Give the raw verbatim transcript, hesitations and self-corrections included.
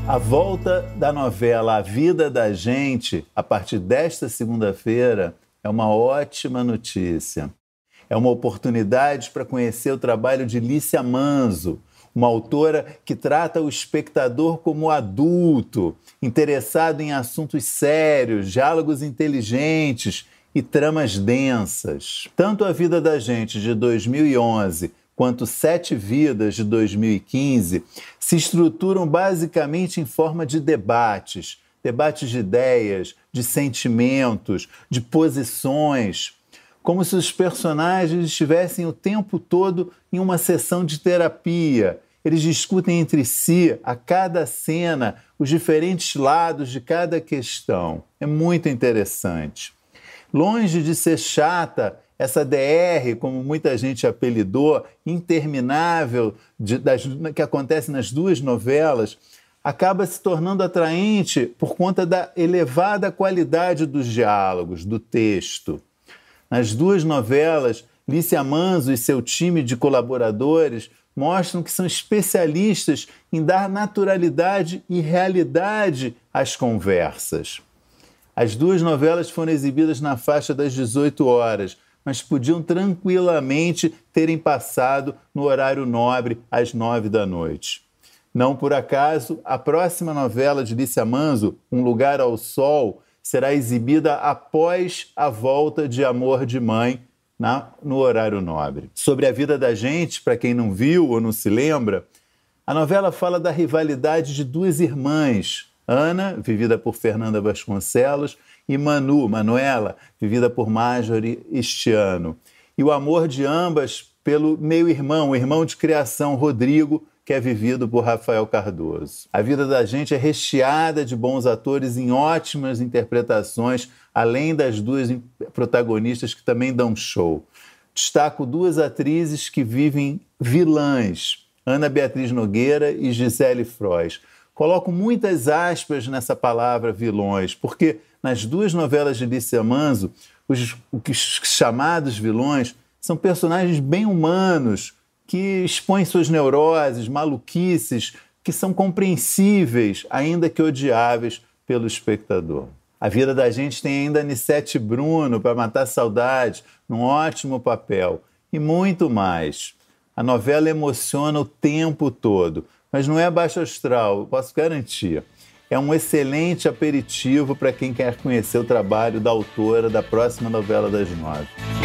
A volta da novela A Vida da Gente, a partir desta segunda-feira, é uma ótima notícia. É uma oportunidade para conhecer o trabalho de Lícia Manzo, uma autora que trata o espectador como adulto, interessado em assuntos sérios, diálogos inteligentes e tramas densas. Tanto A Vida da Gente, de dois mil e onze, quanto Sete Vidas, de dois mil e quinze, se estruturam basicamente em forma de debates, debates de ideias, de sentimentos, de posições, como se os personagens estivessem o tempo todo em uma sessão de terapia. Eles discutem entre si, a cada cena, os diferentes lados de cada questão. É muito interessante. Longe de ser chata, essa D R, como muita gente apelidou, interminável, de, das, que acontece nas duas novelas, acaba se tornando atraente por conta da elevada qualidade dos diálogos, do texto. Nas duas novelas, Lícia Manzo e seu time de colaboradores mostram que são especialistas em dar naturalidade e realidade às conversas. As duas novelas foram exibidas na faixa das dezoito horas, mas podiam tranquilamente terem passado no horário nobre, às nove da noite. Não por acaso, a próxima novela de Lícia Manzo, Um Lugar ao Sol, será exibida após a volta de Amor de Mãe, na, no horário nobre. Sobre A Vida da Gente, para quem não viu ou não se lembra, a novela fala da rivalidade de duas irmãs, Ana, vivida por Fernanda Vasconcelos, e Manu, Manuela, vivida por Marjorie este ano. E o amor de ambas pelo meio-irmão, o irmão de criação, Rodrigo, que é vivido por Rafael Cardoso. A Vida da Gente é recheada de bons atores em ótimas interpretações, além das duas protagonistas que também dão show. Destaco duas atrizes que vivem vilãs, Ana Beatriz Nogueira e Gisele Frois. Coloco muitas aspas nessa palavra vilões, porque nas duas novelas de Lícia Manzo, os, os chamados vilões são personagens bem humanos, que expõem suas neuroses, maluquices, que são compreensíveis, ainda que odiáveis, pelo espectador. A Vida da Gente tem ainda Anissete Bruno para matar saudade, num ótimo papel, e muito mais. A novela emociona o tempo todo, mas não é baixo astral, posso garantir. É um excelente aperitivo para quem quer conhecer o trabalho da autora da próxima novela das nove.